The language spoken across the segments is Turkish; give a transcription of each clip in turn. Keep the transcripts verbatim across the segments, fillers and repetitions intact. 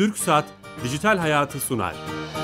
TürkSat Dijital Hayatı sunar.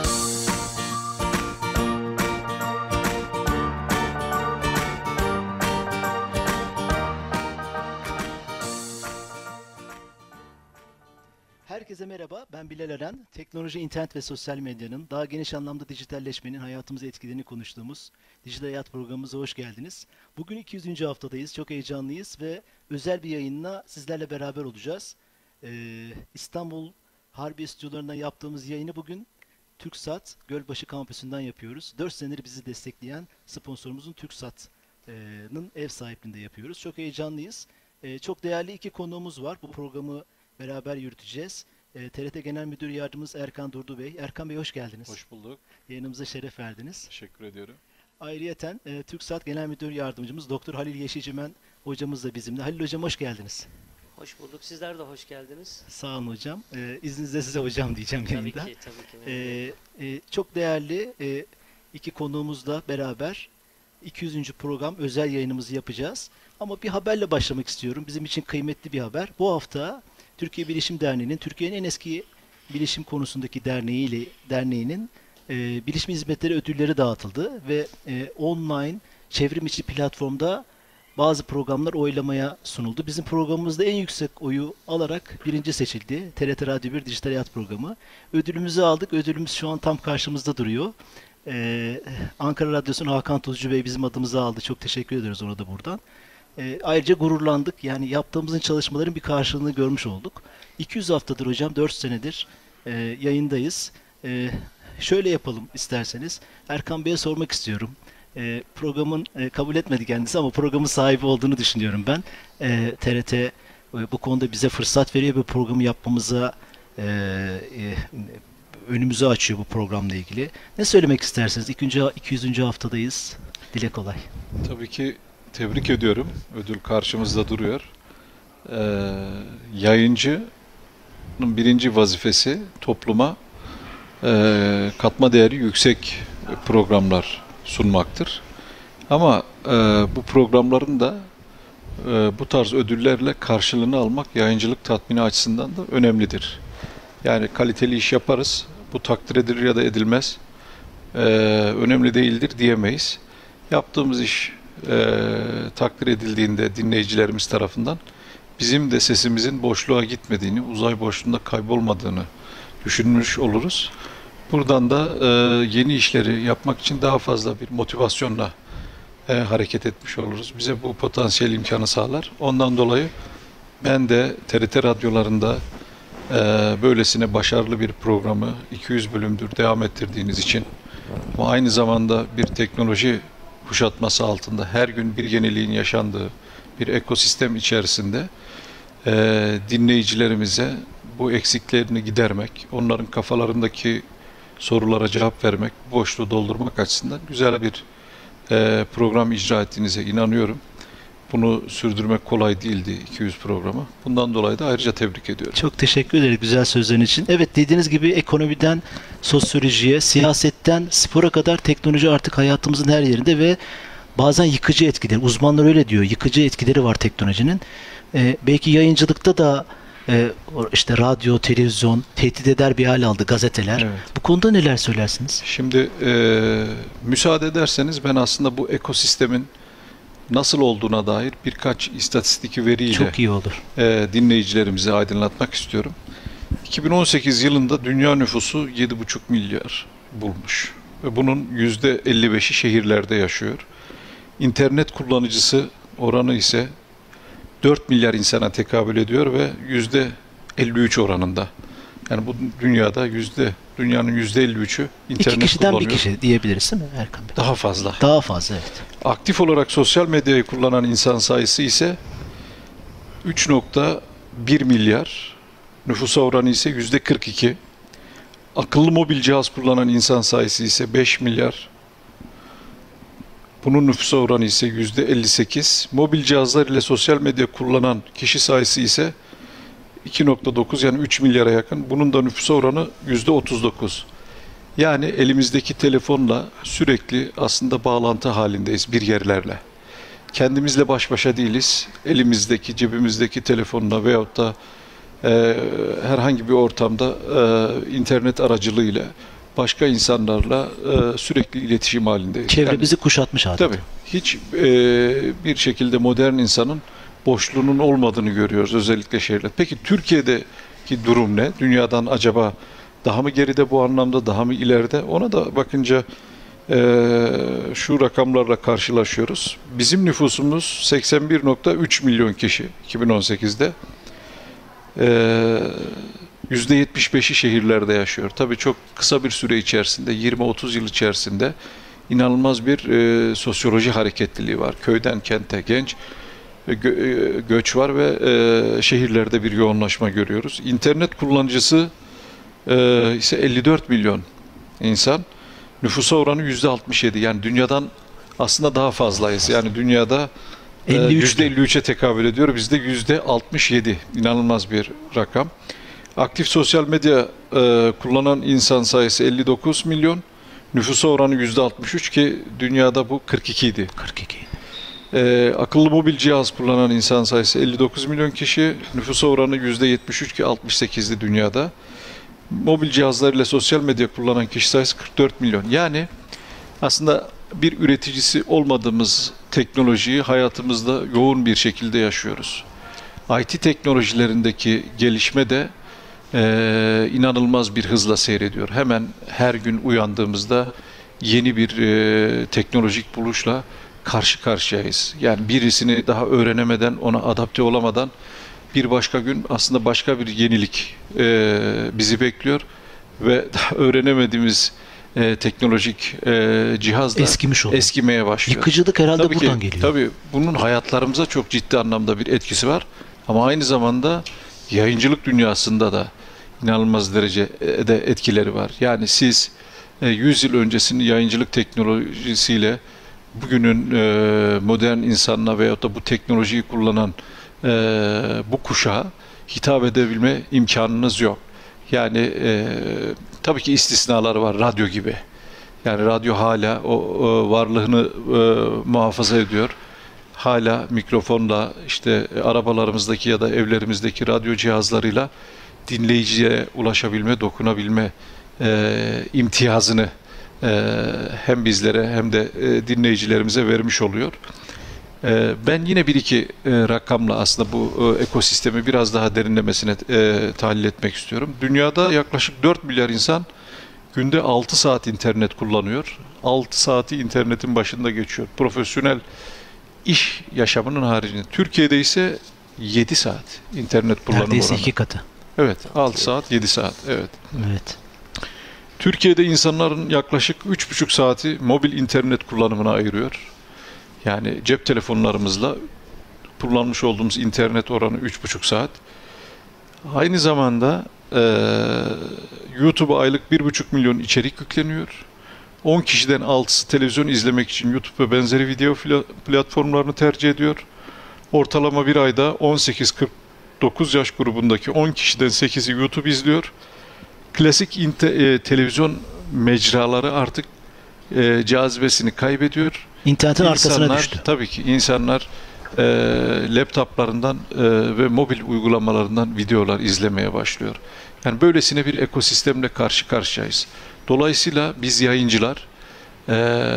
Herkese merhaba, ben Bilal Eren. Teknoloji, internet ve sosyal medyanın daha geniş anlamda dijitalleşmenin hayatımıza etkilerini konuştuğumuz Dijital Hayat programımıza hoş geldiniz. Bugün iki yüzüncü haftadayız, çok heyecanlıyız ve özel bir yayınla sizlerle beraber olacağız. Ee, İstanbul Harbiye stüdyolarından yaptığımız yayını bugün TürkSat Gölbaşı kampüsünden yapıyoruz. dört senedir bizi destekleyen sponsorumuzun TürkSat'ın ev sahipliğinde yapıyoruz. Çok heyecanlıyız. Ee, çok değerli iki konuğumuz var. Bu programı beraber yürüteceğiz. E, T R T Genel Müdür Yardımcımız Erkan Durdu Bey. Erkan Bey hoş geldiniz. Hoş bulduk. Yayınımıza şeref verdiniz. Teşekkür ediyorum. Ayrıyeten e, TürkSat Genel Müdür Yardımcımız Doktor Halil Yeşilcimen hocamız da bizimle. Halil hocam hoş geldiniz. Hoş bulduk. Sizler de hoş geldiniz. Sağ olun hocam. E, izninizle size hocam diyeceğim Tabii yayında. ki, tabii ki. E, e, çok değerli e, iki konuğumuzla beraber iki yüzüncü program özel yayınımızı yapacağız. Ama bir haberle başlamak istiyorum. Bizim için kıymetli bir haber. Bu hafta Türkiye Bilişim Derneği'nin, Türkiye'nin en eski bilişim konusundaki derneğiyle derneğinin e, bilişim hizmetleri ödülleri dağıtıldı ve e, online çevrim içi platformda bazı programlar oylamaya sunuldu. Bizim programımızda en yüksek oyu alarak birinci seçildi. T R T Radyo bir Dijital Hayat programı. Ödülümüzü aldık. Ödülümüz şu an tam karşımızda duruyor. Ee, Ankara Radyosu'nun Hakan Tuzcu Bey bizim adımızı aldı. Çok teşekkür ediyoruz ona da buradan. E, ayrıca gururlandık. Yani yaptığımızın çalışmaların bir karşılığını görmüş olduk. iki yüz haftadır hocam, dört senedir e, yayındayız. E, şöyle yapalım isterseniz. Erkan Bey'e sormak istiyorum. E, programın e, kabul etmedi kendisi ama programın sahibi olduğunu düşünüyorum ben. E, T R T e, bu konuda bize fırsat veriyor ve programı yapmamıza e, e, önümüzü açıyor bu programla ilgili. Ne söylemek istersiniz? iki yüzüncü haftadayız. Dile kolay. Tabii ki tebrik ediyorum. Ödül karşımızda duruyor. Ee, yayıncının birinci vazifesi topluma e, katma değeri yüksek programlar sunmaktır. Ama e, bu programların da e, bu tarz ödüllerle karşılığını almak yayıncılık tatmini açısından da önemlidir. Yani kaliteli iş yaparız. Bu takdir edilir ya da edilmez. E, önemli değildir diyemeyiz. Yaptığımız iş e, takdir edildiğinde dinleyicilerimiz tarafından bizim de sesimizin boşluğa gitmediğini, uzay boşluğunda kaybolmadığını düşünmüş oluruz. Buradan da e, yeni işleri yapmak için daha fazla bir motivasyonla e, hareket etmiş oluruz. Bize bu potansiyel imkanı sağlar. Ondan dolayı ben de T R T radyolarında e, böylesine başarılı bir programı iki yüz bölümdür devam ettirdiğiniz için ama aynı zamanda bir teknoloji kuşatması altında her gün bir yeniliğin yaşandığı bir ekosistem içerisinde e, dinleyicilerimize bu eksiklerini gidermek, onların kafalarındaki sorulara cevap vermek, boşluğu doldurmak açısından güzel bir e, program icra ettiğinize inanıyorum. Bunu sürdürmek kolay değildi iki yüz programı. Bundan dolayı da ayrıca tebrik ediyorum. Çok teşekkür ederiz güzel sözlerin için. Evet, dediğiniz gibi ekonomiden sosyolojiye, siyasetten spora kadar teknoloji artık hayatımızın her yerinde ve bazen yıkıcı etkileri, uzmanlar öyle diyor, yıkıcı etkileri var teknolojinin. Ee, belki yayıncılıkta da e, işte radyo, televizyon tehdit eder bir hal aldı, gazeteler. Evet. Bu konuda neler söylersiniz? Şimdi e, müsaade ederseniz ben aslında bu ekosistemin nasıl olduğuna dair birkaç istatistik veriyle çok iyi olur. E, dinleyicilerimizi aydınlatmak istiyorum. iki bin on sekiz yılında dünya nüfusu yedi buçuk milyar bulmuş ve bunun yüzde elli beşi şehirlerde yaşıyor. İnternet kullanıcısı oranı ise dört milyar insana tekabül ediyor ve yüzde elli üç oranında. Yani bu dünyada yüzde dünyanın yüzde elli üçü internet İki kişiden kullanıyor. bir kişi diyebiliriz değil mi Erkan Bey? Daha fazla. Daha fazla, evet. Aktif olarak sosyal medyayı kullanan insan sayısı ise üç nokta bir milyar, nüfusa oranı ise yüzde kırk iki. Akıllı mobil cihaz kullanan insan sayısı ise beş milyar. Bunun nüfusa oranı ise yüzde elli sekiz. Mobil cihazlar ile sosyal medya kullanan kişi sayısı ise iki nokta dokuz, yani üç milyara yakın. Bunun da nüfusa oranı yüzde otuz dokuz. Yani elimizdeki telefonla sürekli aslında bağlantı halindeyiz bir yerlerle. Kendimizle baş başa değiliz. Elimizdeki, cebimizdeki telefonla veyahut da e, herhangi bir ortamda e, internet aracılığıyla başka insanlarla e, sürekli iletişim halindeyiz. Çevremizi Yani, kuşatmış adeta. tabii. Hiç e, bir şekilde modern insanın boşluğunun olmadığını görüyoruz özellikle şehirler. Peki Türkiye'deki durum ne? Dünyadan acaba daha mı geride bu anlamda, daha mı ileride? Ona da bakınca e, şu rakamlarla karşılaşıyoruz. Bizim nüfusumuz seksen bir nokta üç milyon kişi iki bin on sekizde. E, yüzde yetmiş beşi şehirlerde yaşıyor. Tabii çok kısa bir süre içerisinde, yirmi otuz yıl içerisinde inanılmaz bir e, sosyoloji hareketliliği var. Köyden kente genç gö- göç var ve e, şehirlerde bir yoğunlaşma görüyoruz. İnternet kullanıcısı e, ise elli dört milyon insan. Nüfusa oranı yüzde altmış yedi. Yani dünyadan aslında daha fazlayız. Yani dünyada e, yüzde elli üçe tekabül ediyor. Bizde yüzde altmış yedi. İnanılmaz bir rakam. Aktif sosyal medya e, kullanan insan sayısı elli dokuz milyon. Nüfusa oranı yüzde altmış üç ki dünyada bu kırk iki idi. kırk iki. Ee, akıllı mobil cihaz kullanan insan sayısı elli dokuz milyon kişi. Nüfusa oranı yüzde yetmiş üç ki altmış sekizdi dünyada. Mobil cihazlarıyla sosyal medya kullanan kişi sayısı kırk dört milyon. Yani aslında bir üreticisi olmadığımız teknolojiyi hayatımızda yoğun bir şekilde yaşıyoruz. I T teknolojilerindeki gelişme de Ee, inanılmaz bir hızla seyrediyor. Hemen her gün uyandığımızda yeni bir e, teknolojik buluşla karşı karşıyayız. Yani birisini daha öğrenemeden, ona adapte olamadan bir başka gün aslında başka bir yenilik e, bizi bekliyor ve daha öğrenemediğimiz e, teknolojik e, cihaz da Eskimiş oldu. eskimeye başlıyor. Yıkıcılık herhalde Tabii buradan ki, geliyor. Tabii bunun hayatlarımıza çok ciddi anlamda bir etkisi var. Ama aynı zamanda yayıncılık dünyasında da inanılmaz derecede etkileri var. Yani siz yüz yıl öncesinin yayıncılık teknolojisiyle bugünün e, modern insanına veyahut da bu teknolojiyi kullanan e, bu kuşağa hitap edebilme imkanınız yok. Yani e, tabii ki istisnalar var, radyo gibi. Yani radyo hala o, o varlığını e, muhafaza ediyor. Hala mikrofonla işte arabalarımızdaki ya da evlerimizdeki radyo cihazlarıyla dinleyiciye ulaşabilme, dokunabilme e, imtiyazını e, hem bizlere hem de e, dinleyicilerimize vermiş oluyor. E, ben yine bir iki e, rakamla aslında bu e, ekosistemi biraz daha derinlemesine e, tahlil etmek istiyorum. Dünyada yaklaşık dört milyar insan günde altı saat internet kullanıyor. altı saati internetin başında geçiyor. Profesyonel iş yaşamının haricinde. Türkiye'de ise yedi saat internet kullanımı Neredeyse oranı. iki katı. Evet, altı saat, yedi saat. Evet. Evet. Türkiye'de insanların yaklaşık üç buçuk saati mobil internet kullanımına ayırıyor. Yani cep telefonlarımızla kullanmış olduğumuz internet oranı üç buçuk saat. Aynı zamanda e, YouTube'a aylık bir buçuk milyon içerik yükleniyor. on kişiden altısı televizyon izlemek için YouTube ve benzeri video platformlarını tercih ediyor. Ortalama bir ayda on sekiz kırk dokuz yaş grubundaki on kişiden sekizi YouTube izliyor. Klasik e, televizyon mecraları artık e, cazibesini kaybediyor. İnternetin İnsanlar, arkasına düştü. Tabii ki insanlar e, laptoplarından e, ve mobil uygulamalarından videolar izlemeye başlıyor. Yani böylesine bir ekosistemle karşı karşıyayız. Dolayısıyla biz yayıncılar e,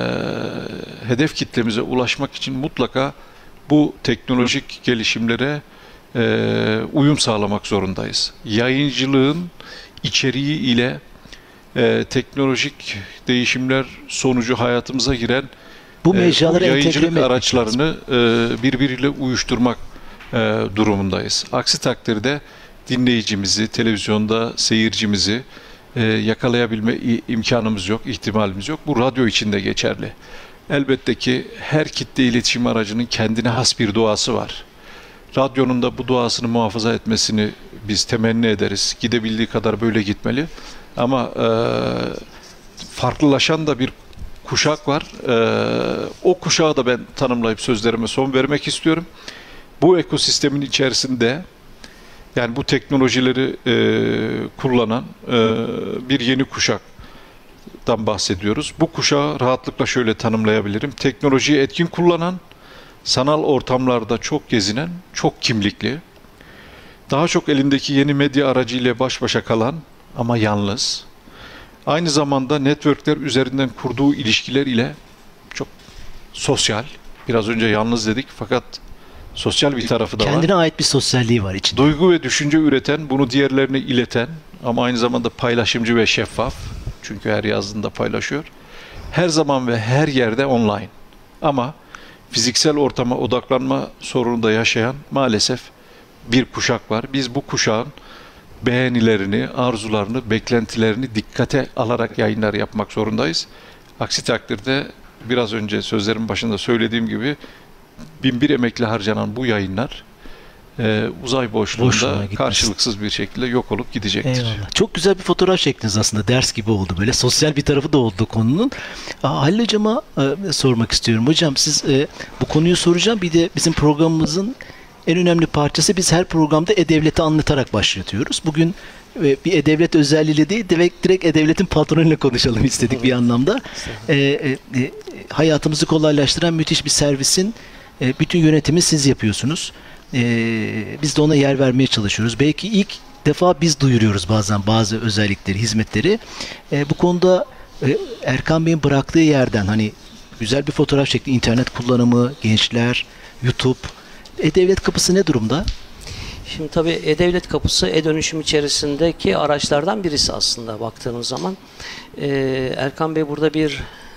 hedef kitlemize ulaşmak için mutlaka bu teknolojik gelişimlere e, uyum sağlamak zorundayız. Yayıncılığın içeriği ile e, teknolojik değişimler sonucu hayatımıza giren bu e, mecraları bu yayıncılık entegre araçlarını e, birbiriyle uyuşturmak e, durumundayız. Aksi takdirde dinleyicimizi, televizyonda seyircimizi e, yakalayabilme imkanımız yok, ihtimalimiz yok. Bu radyo için de geçerli. Elbette ki her kitle iletişim aracının kendine has bir doğası var. Radyonun da bu doğasını muhafaza etmesini biz temenni ederiz. Gidebildiği kadar böyle gitmeli. Ama e, farklılaşan da bir kuşak var. E, o kuşağı da ben tanımlayıp sözlerime son vermek istiyorum. Bu ekosistemin içerisinde yani bu teknolojileri e, kullanan e, bir yeni kuşaktan bahsediyoruz. Bu kuşağı rahatlıkla şöyle tanımlayabilirim. Teknolojiyi etkin kullanan, sanal ortamlarda çok gezinen, çok kimlikli, daha çok elindeki yeni medya aracıyla baş başa kalan ama yalnız, aynı zamanda networkler üzerinden kurduğu ilişkiler ile çok sosyal, biraz önce yalnız dedik fakat sosyal bir tarafı da var. Kendine ait bir sosyalliği var içinde. Duygu ve düşünce üreten, bunu diğerlerine ileten ama aynı zamanda paylaşımcı ve şeffaf. Çünkü her yazdığında paylaşıyor. Her zaman ve her yerde online. Ama fiziksel ortama odaklanma sorunu da yaşayan maalesef bir kuşak var. Biz bu kuşağın beğenilerini, arzularını, beklentilerini dikkate alarak yayınlar yapmak zorundayız. Aksi takdirde biraz önce sözlerin başında söylediğim gibi bin bir emekle harcanan bu yayınlar e, uzay boşluğunda karşılıksız bir şekilde yok olup gidecektir. Eyvallah. Çok güzel bir fotoğraf çektiniz aslında. Ders gibi oldu böyle. Sosyal bir tarafı da oldu konunun. Aa, Halil Hocam'a e, sormak istiyorum. Hocam siz e, bu konuyu soracağım. Bir de bizim programımızın en önemli parçası, biz her programda E-Devlet'i anlatarak başlatıyoruz. Bugün e, bir E-Devlet özelliğiyle değil, direkt, direkt E-Devlet'in patronuyla konuşalım istedik bir anlamda. E, e, e, hayatımızı kolaylaştıran müthiş bir servisin e, bütün yönetimi siz yapıyorsunuz. E, biz de ona yer vermeye çalışıyoruz. Belki ilk defa biz duyuruyoruz bazen bazı özellikleri, hizmetleri. E, bu konuda e, Erkan Bey'in bıraktığı yerden hani güzel bir fotoğraf çekti. İnternet kullanımı, gençler, YouTube. E-Devlet Kapısı ne durumda? Şimdi tabii E-Devlet Kapısı e-dönüşüm içerisindeki araçlardan birisi aslında baktığınız zaman. Ee, Erkan Bey burada bir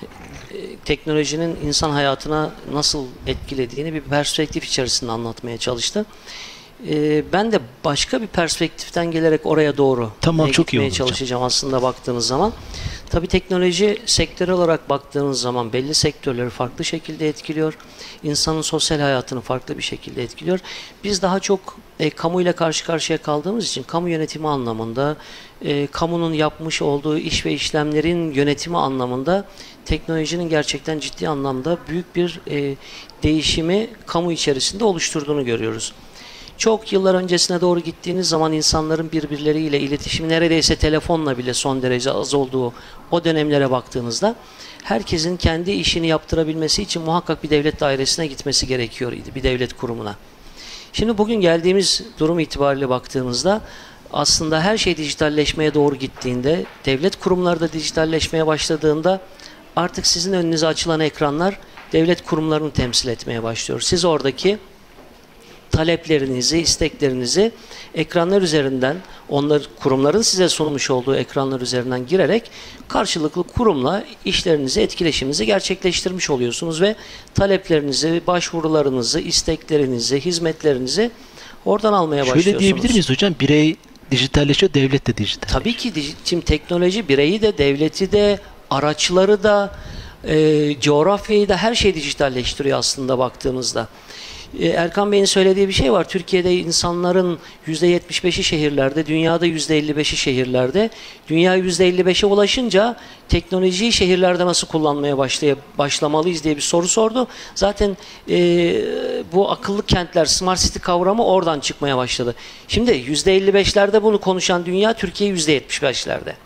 e, teknolojinin insan hayatına nasıl etkilediğini bir perspektif içerisinde anlatmaya çalıştı. Ee, ben de başka bir perspektiften gelerek oraya doğru tamam, e, çok gitmeye iyi çalışacağım aslında baktığınız zaman. Tabii teknoloji sektörü olarak baktığınız zaman belli sektörleri farklı şekilde etkiliyor. İnsanın sosyal hayatını farklı bir şekilde etkiliyor. Biz daha çok e, kamuyla karşı karşıya kaldığımız için kamu yönetimi anlamında, e, kamunun yapmış olduğu iş ve işlemlerin yönetimi anlamında teknolojinin gerçekten ciddi anlamda büyük bir e, değişimi kamu içerisinde oluşturduğunu görüyoruz. Çok yıllar öncesine doğru gittiğiniz zaman insanların birbirleriyle iletişimi neredeyse telefonla bile son derece az olduğu o dönemlere baktığınızda herkesin kendi işini yaptırabilmesi için muhakkak bir devlet dairesine gitmesi gerekiyor idi, bir devlet kurumuna. Şimdi bugün geldiğimiz durum itibariyle baktığınızda aslında her şey dijitalleşmeye doğru gittiğinde, devlet kurumları da dijitalleşmeye başladığında artık sizin önünüze açılan ekranlar devlet kurumlarını temsil etmeye başlıyor. Siz oradaki taleplerinizi, isteklerinizi ekranlar üzerinden, onlar kurumların size sunmuş olduğu ekranlar üzerinden girerek karşılıklı kurumla işlerinizi, etkileşiminizi gerçekleştirmiş oluyorsunuz ve taleplerinizi, başvurularınızı, isteklerinizi, hizmetlerinizi oradan almaya Şöyle başlıyorsunuz. diyebilir miyiz hocam? Birey dijitalleşiyor, devlet de dijital. Tabii ki şimdi teknoloji bireyi de, devleti de, araçları da, e, coğrafyayı da, her şeyi dijitalleştiriyor aslında baktığınızda. Erkan Bey'in söylediği bir şey var. Türkiye'de insanların yüzde yetmiş beşi şehirlerde, dünyada yüzde elli beşi şehirlerde. Dünya yüzde elli beşe ulaşınca teknolojiyi şehirlerde nasıl kullanmaya başlay başlamalıyız diye bir soru sordu. Zaten e, bu akıllı kentler, smart city kavramı oradan çıkmaya başladı. Şimdi yüzde elli beşlerde bunu konuşan dünya, Türkiye yüzde yetmiş beşlerde.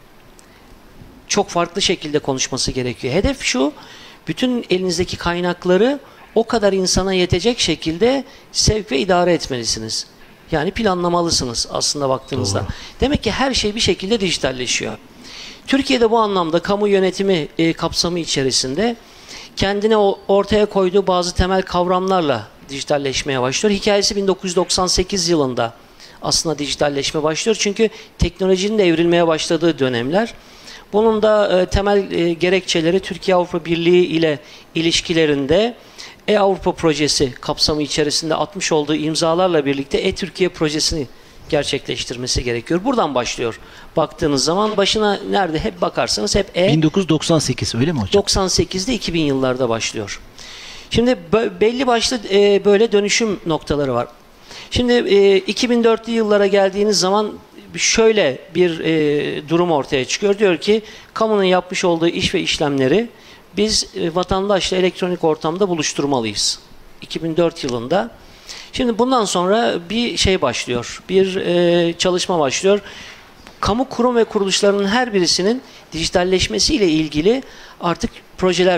Çok farklı şekilde konuşması gerekiyor. Hedef şu, bütün elinizdeki kaynakları o kadar insana yetecek şekilde sevk ve idare etmelisiniz. Yani planlamalısınız aslında baktığınızda. Doğru. Demek ki her şey bir şekilde dijitalleşiyor. Türkiye'de bu anlamda kamu yönetimi e, kapsamı içerisinde kendine o, ortaya koyduğu bazı temel kavramlarla dijitalleşmeye başlıyor. Hikayesi bin dokuz yüz doksan sekiz yılında aslında dijitalleşme başlıyor. Çünkü teknolojinin de evrilmeye başladığı dönemler. Bunun da e, temel e, gerekçeleri Türkiye-Avrupa Birliği ile ilişkilerinde E-Avrupa projesi kapsamı içerisinde atmış olduğu imzalarla birlikte E-Türkiye projesini gerçekleştirmesi gerekiyor. Buradan başlıyor. Baktığınız zaman başına nerede hep bakarsanız hep E. bin dokuz yüz doksan sekiz öyle mi hocam? doksan sekizde iki bin yıllarda başlıyor. Şimdi belli başlı e, böyle dönüşüm noktaları var. Şimdi e, iki bin dörtlü yıllara geldiğiniz zaman şöyle bir e, durum ortaya çıkıyor. Diyor ki kamunun yapmış olduğu iş ve işlemleri biz e, vatandaşla elektronik ortamda buluşturmalıyız. iki bin dört yılında. Şimdi bundan sonra bir şey başlıyor. Bir e, çalışma başlıyor. Kamu kurum ve kuruluşlarının her birisinin dijitalleşmesiyle ilgili artık projeler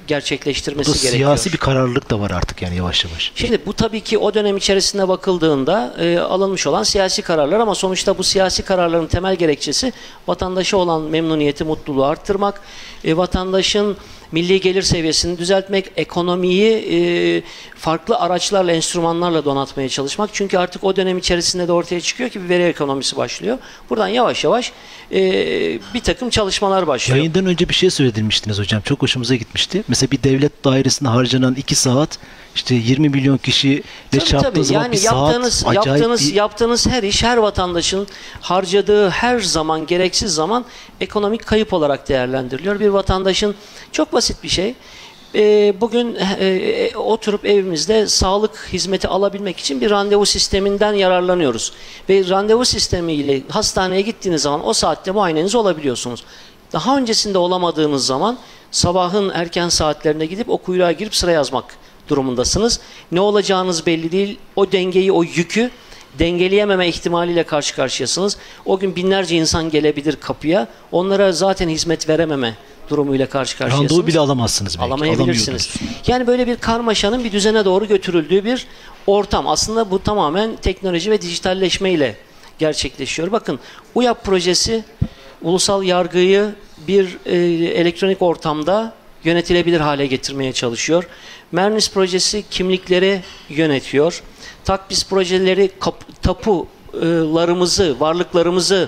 gerçekleştirmesi Bu da gerekiyor. siyasi bir kararlılık da var artık yani yavaş yavaş. Şimdi bu tabii ki o dönem içerisinde bakıldığında e, alınmış olan siyasi kararlar ama sonuçta bu siyasi kararların temel gerekçesi vatandaşa olan memnuniyeti, mutluluğu arttırmak, e, vatandaşın milli gelir seviyesini düzeltmek, ekonomiyi e, farklı araçlarla, enstrümanlarla donatmaya çalışmak. Çünkü artık o dönem içerisinde de ortaya çıkıyor ki bir veri ekonomisi başlıyor. Buradan yavaş yavaş e, bir takım çalışmalar başlıyor. Yayından önce bir şey söylemiştiniz hocam. Çok hoşumuza gitmişti. Mesela bir devlet dairesinde harcanan iki saat işte yirmi milyon kişiyle Tabii, çarptığı tabii. zaman Yani bir yaptığınız, saat acayip yaptığınız, bir... yaptığınız her iş, her vatandaşın harcadığı her zaman, gereksiz zaman ekonomik kayıp olarak değerlendiriliyor. Bir vatandaşın çok basit bir şey. E, bugün e, oturup evimizde sağlık hizmeti alabilmek için bir randevu sisteminden yararlanıyoruz. Ve randevu sistemiyle hastaneye gittiğiniz zaman o saatte muayeneniz olabiliyorsunuz. Daha öncesinde olamadığınız zaman sabahın erken saatlerine gidip o kuyruğa girip sıra yazmak durumundasınız. Ne olacağınız belli değil. O dengeyi, o yükü dengeleyememe ihtimaliyle karşı karşıyasınız. O gün binlerce insan gelebilir kapıya. Onlara zaten hizmet verememe durumuyla karşı karşıyasınız. Randevu bile alamazsınız belki. Alamayabilirsiniz. Yani böyle bir karmaşanın bir düzene doğru götürüldüğü bir ortam. Aslında bu tamamen teknoloji ve dijitalleşme ile gerçekleşiyor. Bakın U Y A P projesi ulusal yargıyı bir e, elektronik ortamda yönetilebilir hale getirmeye çalışıyor. Mernis projesi kimlikleri yönetiyor. Takbis projeleri kap, tapularımızı, varlıklarımızı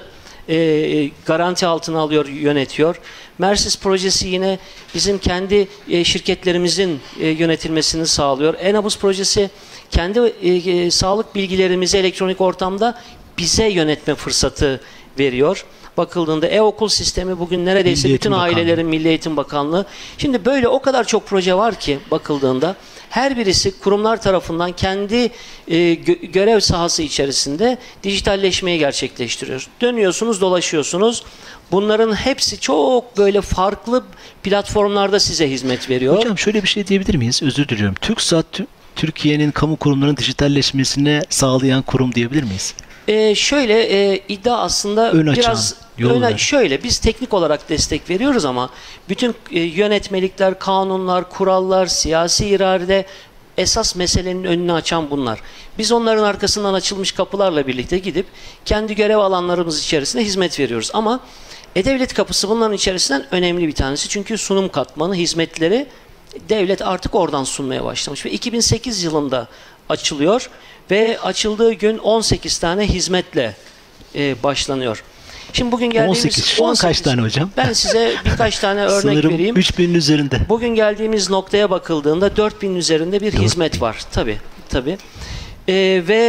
e, garanti altına alıyor, yönetiyor. Mersis projesi yine bizim kendi e, şirketlerimizin e, yönetilmesini sağlıyor. Enabus projesi kendi e, e, sağlık bilgilerimizi elektronik ortamda bize yönetme fırsatı veriyor. Bakıldığında e-okul sistemi bugün neredeyse Milli bütün Eğitim ailelerin Bakanlığı. Milli Eğitim Bakanlığı. Şimdi böyle o kadar çok proje var ki bakıldığında her birisi kurumlar tarafından kendi e, gö- görev sahası içerisinde dijitalleşmeyi gerçekleştiriyor. Dönüyorsunuz, dolaşıyorsunuz. Bunların hepsi çok böyle farklı platformlarda size hizmet veriyor. Hocam şöyle bir şey diyebilir miyiz? Özür diliyorum. TürkSat tü- Türkiye'nin kamu kurumlarının dijitalleşmesine sağlayan kurum diyebilir miyiz? Ee, şöyle e, iddia aslında Ön açan, biraz yol öne- veren. şöyle biz teknik olarak destek veriyoruz ama bütün e, yönetmelikler, kanunlar, kurallar, siyasi irade esas meselenin önünü açan bunlar. Biz onların arkasından açılmış kapılarla birlikte gidip kendi görev alanlarımız içerisinde hizmet veriyoruz ama E-Devlet kapısı bunların içerisinden önemli bir tanesi. Çünkü sunum katmanı, hizmetleri devlet artık oradan sunmaya başlamış ve iki bin sekiz yılında açılıyor ve açıldığı gün on sekiz tane hizmetle e, başlanıyor. Şimdi bugün geldiğimiz on sekiz. Şu an kaç tane hocam? Ben size birkaç tane örnek Sanırım vereyim. üç binin üzerinde. Bugün geldiğimiz noktaya bakıldığında dört binin üzerinde bir hizmet var. Tabii, tabii. Ee, ve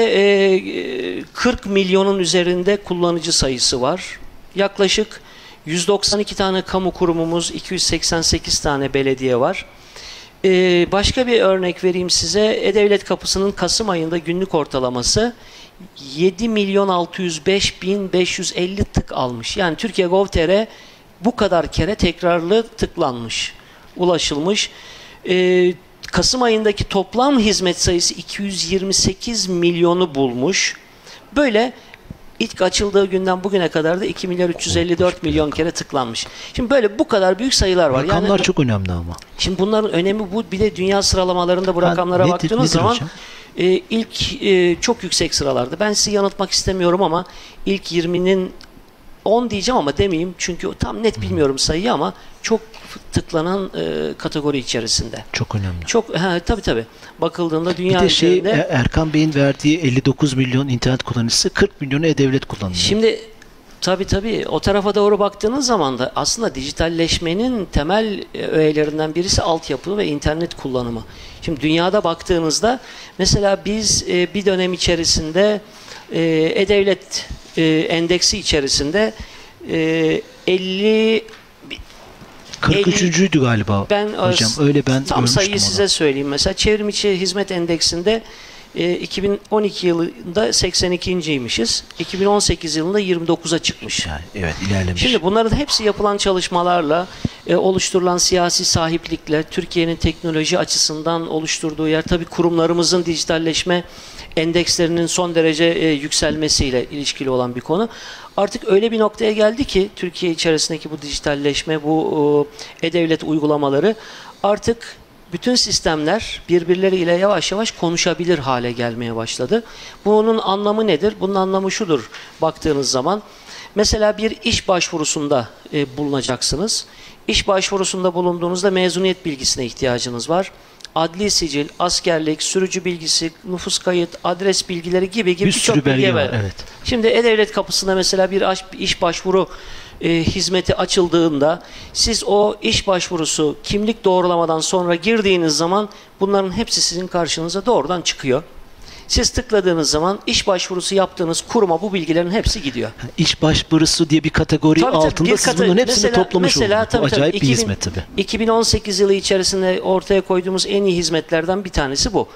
e, kırk milyonun üzerinde kullanıcı sayısı var. Yaklaşık yüz doksan iki tane kamu kurumumuz, iki yüz seksen sekiz tane belediye var. Ee, başka bir örnek vereyim size. E-Devlet kapısının Kasım ayında günlük ortalaması yedi milyon altı yüz beş bin beş yüz elli tık almış. Yani Türkiye Gov.tr bu kadar kere tekrarlı tıklanmış, ulaşılmış. Ee, Kasım ayındaki toplam hizmet sayısı iki yüz yirmi sekiz milyonu bulmuş. Böyle ilk açıldığı günden bugüne kadar da iki milyar üç yüz elli dört milyon kere tıklanmış. Şimdi böyle bu kadar büyük sayılar var. Rakamlar yani, çok önemli ama. Şimdi bunların önemi bu. Bir de dünya sıralamalarında bu Ha, rakamlara nedir- baktığınız nedir zaman hocam? e, ilk e, çok yüksek sıralarda. Ben sizi yanıltmak istemiyorum ama ilk yirminin on diyeceğim ama demeyeyim çünkü tam net bilmiyorum sayıyı ama çok tıklanan e, kategori içerisinde. Çok önemli. Çok he, tabii tabii. Bakıldığında dünya Bir de şey üzerinde E- Erkan Bey'in verdiği elli dokuz milyon internet kullanıcısı kırk milyonu e-devlet kullanıyor. şimdi tabii tabii o tarafa doğru baktığınız zaman da aslında dijitalleşmenin temel e, öğelerinden birisi altyapı ve internet kullanımı. Şimdi dünyada baktığınızda mesela biz e, bir dönem içerisinde e, e-devlet e, endeksi içerisinde e, elli kırk üçüncüydü galiba ben hocam. Öyle ben tam görmüştüm sayıyı onu. size söyleyeyim. Mesela çevrim içi hizmet endeksinde e, iki bin on iki yılında seksen ikinciymişiz. iki bin on sekiz yılında yirmi dokuza çıkmış. Yani, evet ilerlemiş. Şimdi bunların hepsi yapılan çalışmalarla, e, oluşturulan siyasi sahiplikle, Türkiye'nin teknoloji açısından oluşturduğu yer, tabii kurumlarımızın dijitalleşme endekslerinin son derece e, yükselmesiyle ilişkili olan bir konu. Artık öyle bir noktaya geldi ki Türkiye içerisindeki bu dijitalleşme, bu e, e-devlet uygulamaları artık bütün sistemler birbirleriyle yavaş yavaş konuşabilir hale gelmeye başladı. Bunun anlamı nedir? Bunun anlamı şudur baktığınız zaman. Mesela bir iş başvurusunda e, bulunacaksınız. İş başvurusunda bulunduğunuzda mezuniyet bilgisine ihtiyacınız var. Adli sicil, askerlik, sürücü bilgisi, nüfus kayıt, adres bilgileri gibi gibi Bir sürü birçok belge bilgi var. var. Evet. Şimdi E-Devlet kapısında mesela bir aş- iş başvuru e, hizmeti açıldığında siz o iş başvurusu kimlik doğrulamadan sonra girdiğiniz zaman bunların hepsi sizin karşınıza doğrudan çıkıyor. Siz tıkladığınız zaman iş başvurusu yaptığınız kuruma bu bilgilerin hepsi gidiyor. İş başvurusu diye bir kategori Tabii, tabii, altında bir siz kate- bunların hepsini mesela- toplamış mesela, oldunuz. Bu tabii, tabii, acayip iki bin bir hizmet tabii. iki bin on sekiz yılı içerisinde ortaya koyduğumuz en iyi hizmetlerden bir tanesi bu.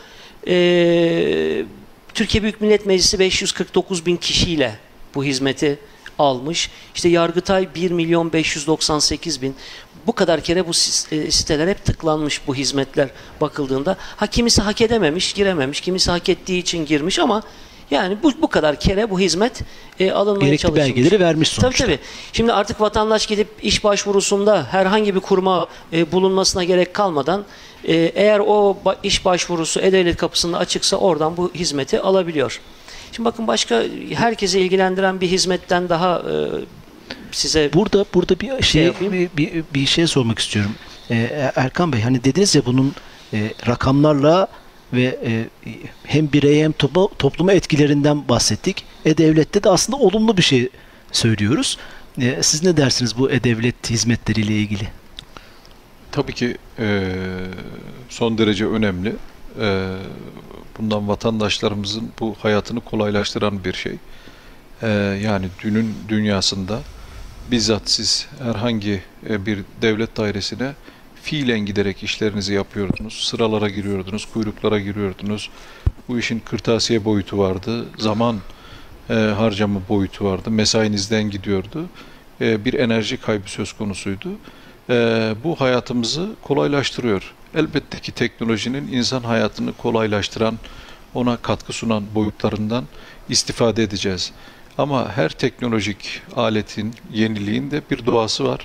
Ee, Türkiye Büyük Millet Meclisi beş yüz kırk dokuz bin kişiyle bu hizmeti almış. İşte Yargıtay bir milyon beş yüz doksan sekiz bin. Bu kadar kere bu siteler hep tıklanmış, bu hizmetler bakıldığında. Ha kimisi hak edememiş, girememiş. Kimisi hak ettiği için girmiş ama yani bu, bu kadar kere bu hizmet e, alınmaya Gerekli çalışılmış. belgeleri vermiş sonuçta. Tabii tabii. Şimdi artık vatandaş gidip iş başvurusunda herhangi bir kuruma e, bulunmasına gerek kalmadan e, eğer o ba- iş başvurusu E-Devlet kapısında açıksa oradan bu hizmeti alabiliyor. Şimdi bakın başka herkese ilgilendiren bir hizmetten daha e, size Burada burada bir şey yapayım. bir, bir, bir şey sormak istiyorum. Ee, Erkan Bey, hani dediniz ya bunun e, rakamlarla ve e, hem bireye hem topa, topluma etkilerinden bahsettik. E-Devlet'te de aslında olumlu bir şey söylüyoruz. E, siz ne dersiniz bu E-Devlet hizmetleriyle ilgili? Tabii ki e, son derece önemli. E, bundan vatandaşlarımızın bu hayatını kolaylaştıran bir şey. E, yani dünün dünyasında bizzat siz herhangi bir devlet dairesine fiilen giderek işlerinizi yapıyordunuz. Sıralara giriyordunuz, kuyruklara giriyordunuz. Bu işin kırtasiye boyutu vardı, zaman e, harcama boyutu vardı, mesainizden gidiyordu. E, bir enerji kaybı söz konusuydu. E, bu hayatımızı kolaylaştırıyor. Elbette ki teknolojinin insan hayatını kolaylaştıran, ona katkı sunan boyutlarından istifade edeceğiz. Ama her teknolojik aletin, yeniliğin de bir doğası var.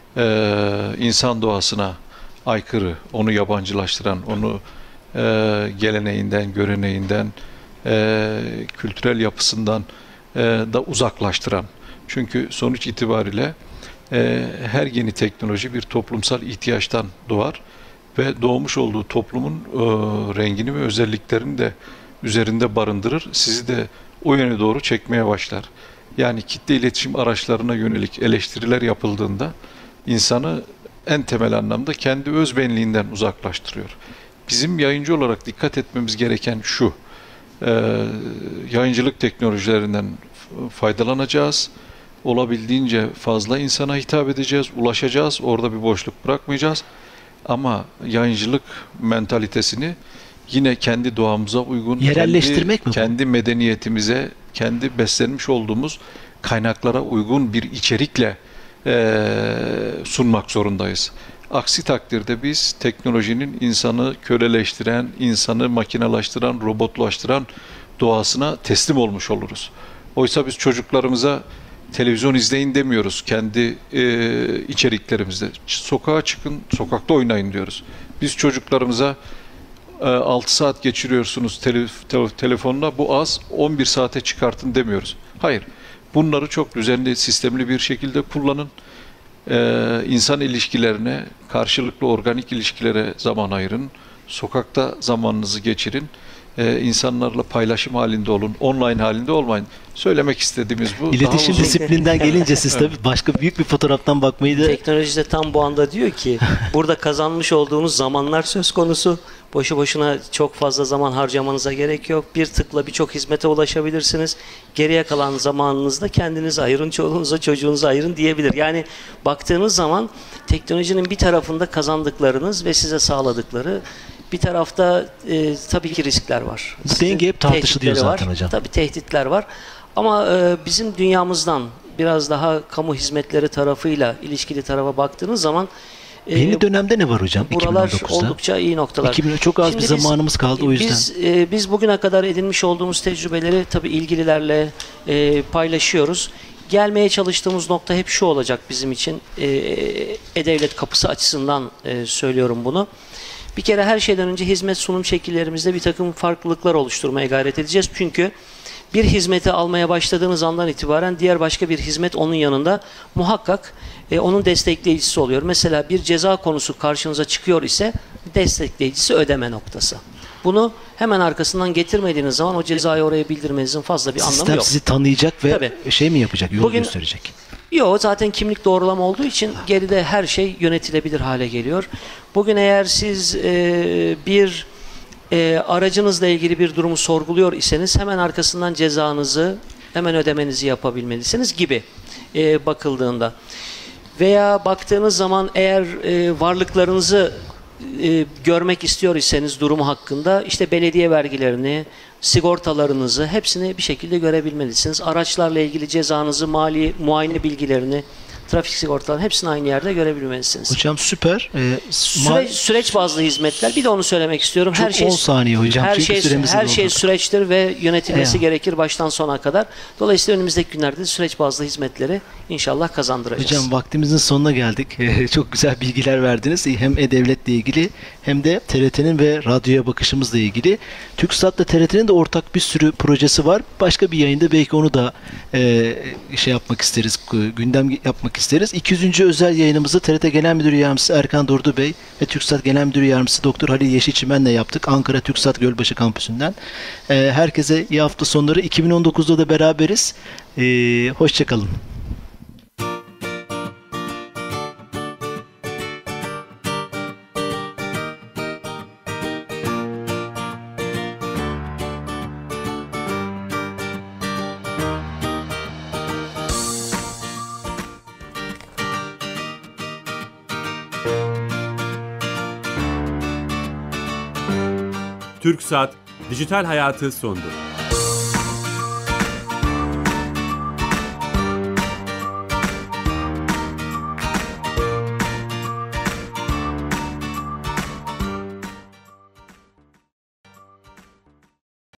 Ee, insan doğasına aykırı, onu yabancılaştıran, onu e, geleneğinden, göreneğinden, e, kültürel yapısından e, da uzaklaştıran. Çünkü sonuç itibariyle e, her yeni teknoloji bir toplumsal ihtiyaçtan doğar ve doğmuş olduğu toplumun e, rengini ve özelliklerini de üzerinde barındırır. Sizi de o yöne doğru çekmeye başlar. Yani kitle iletişim araçlarına yönelik eleştiriler yapıldığında insanı en temel anlamda kendi özbenliğinden uzaklaştırıyor. Bizim yayıncı olarak dikkat etmemiz gereken şu, e, yayıncılık teknolojilerinden faydalanacağız, olabildiğince fazla insana hitap edeceğiz, ulaşacağız, orada bir boşluk bırakmayacağız ama yayıncılık mentalitesini yine kendi doğamıza uygun, Yerelleştirmek kendi, mi bu? kendi medeniyetimize, kendi beslenmiş olduğumuz kaynaklara uygun bir içerikle e, sunmak zorundayız. Aksi takdirde biz teknolojinin insanı köleleştiren, insanı makinalaştıran, robotlaştıran doğasına teslim olmuş oluruz. Oysa biz çocuklarımıza televizyon izleyin demiyoruz kendi e, içeriklerimizde. Sokağa çıkın, sokakta oynayın diyoruz. Biz çocuklarımıza altı saat geçiriyorsunuz tele, te, telefonla, bu az, on bir saate çıkartın demiyoruz. Hayır. Bunları çok düzenli, sistemli bir şekilde kullanın. Ee, insan ilişkilerine, karşılıklı organik ilişkilere zaman ayırın. Sokakta zamanınızı geçirin. Ee, insanlarla paylaşım halinde olun. Online halinde olmayın. Söylemek istediğimiz bu. İletişim uzun... disiplinden gelince siz tabii başka büyük bir fotoğraftan bakmayı da... teknolojide tam bu anda diyor ki burada kazanmış olduğunuz zamanlar söz konusu. Boşu boşuna çok fazla zaman harcamanıza gerek yok. Bir tıkla birçok hizmete ulaşabilirsiniz. Geriye kalan zamanınızda kendinize ayırın, çoluğunuza, çocuğunuza ayırın diyebilir. Yani baktığınız zaman teknolojinin bir tarafında kazandıklarınız ve size sağladıkları, bir tarafta e, tabii ki riskler var. Bu denge hep tartışılıyor zaten var. hocam. Tabii tehditler var. Ama e, bizim dünyamızdan biraz daha kamu hizmetleri tarafıyla ilişkili tarafa baktığınız zaman yeni e, dönemde ne var hocam? Buralar iki bin on dokuzda oldukça iyi noktalar. iki bin çok az Şimdi bir biz, zamanımız kaldı o yüzden. Biz, e, biz bugüne kadar edinmiş olduğumuz tecrübeleri tabii ilgililerle e, paylaşıyoruz. gelmeye çalıştığımız nokta hep şu olacak bizim için. E, E-Devlet kapısı açısından e, söylüyorum bunu. Bir kere her şeyden önce hizmet sunum şekillerimizde bir takım farklılıklar oluşturmaya gayret edeceğiz. Çünkü bir hizmeti almaya başladığınız andan itibaren diğer başka bir hizmet onun yanında muhakkak e, onun destekleyicisi oluyor. Mesela bir ceza konusu karşınıza çıkıyor ise destekleyicisi ödeme noktası. Bunu hemen arkasından getirmediğiniz zaman o cezayı oraya bildirmenizin fazla bir Sistem anlamı yok. sizi tanıyacak ve Tabii. şey mi yapacak, yol Bugün- gösterecek? Yok, zaten kimlik doğrulama olduğu için geride her şey yönetilebilir hale geliyor. Bugün eğer siz e, bir e, aracınızla ilgili bir durumu sorguluyor iseniz hemen arkasından cezanızı hemen ödemenizi yapabilmelisiniz gibi e, bakıldığında. Veya baktığınız zaman eğer e, varlıklarınızı e, görmek istiyor iseniz durumu hakkında işte belediye vergilerini, sigortalarınızı hepsini bir şekilde görebilmelisiniz. Araçlarla ilgili cezanızı, mali muayene bilgilerini, trafik sigortalarını hepsini aynı yerde görebilmelisiniz. Hocam süper. Ee, Süreç, süreç bazlı hizmetler. Bir de onu söylemek istiyorum. Çok her şey on saniye hocam. Her Çünkü şey süremizin her şey doldu. süreçtir ve yönetilmesi Ya. gerekir baştan sona kadar. Dolayısıyla önümüzdeki günlerde de süreç bazlı hizmetleri inşallah kazandıracağız. Hocam vaktimizin sonuna geldik. Çok güzel bilgiler verdiniz. Hem E-Devlet'le ilgili hem de T R T'nin ve radyoya bakışımızla ilgili. TürkSat'la T R T'nin de ortak bir sürü projesi var. Başka bir yayında belki onu da e, şey yapmak isteriz, gündem yapmak isteriz. iki yüzüncü özel yayınımızı T R T Genel Müdür Yardımcısı Erkan Durdu Bey ve TürkSat Genel Müdür Yardımcısı Doktor Halil Yeşilçimen'le yaptık. Ankara TürkSat Gölbaşı Kampüsü'nden. E, herkese iyi hafta sonları. iki bin on dokuzda da beraberiz. E, Hoşçakalın. TürkSat Dijital Hayatı sundu.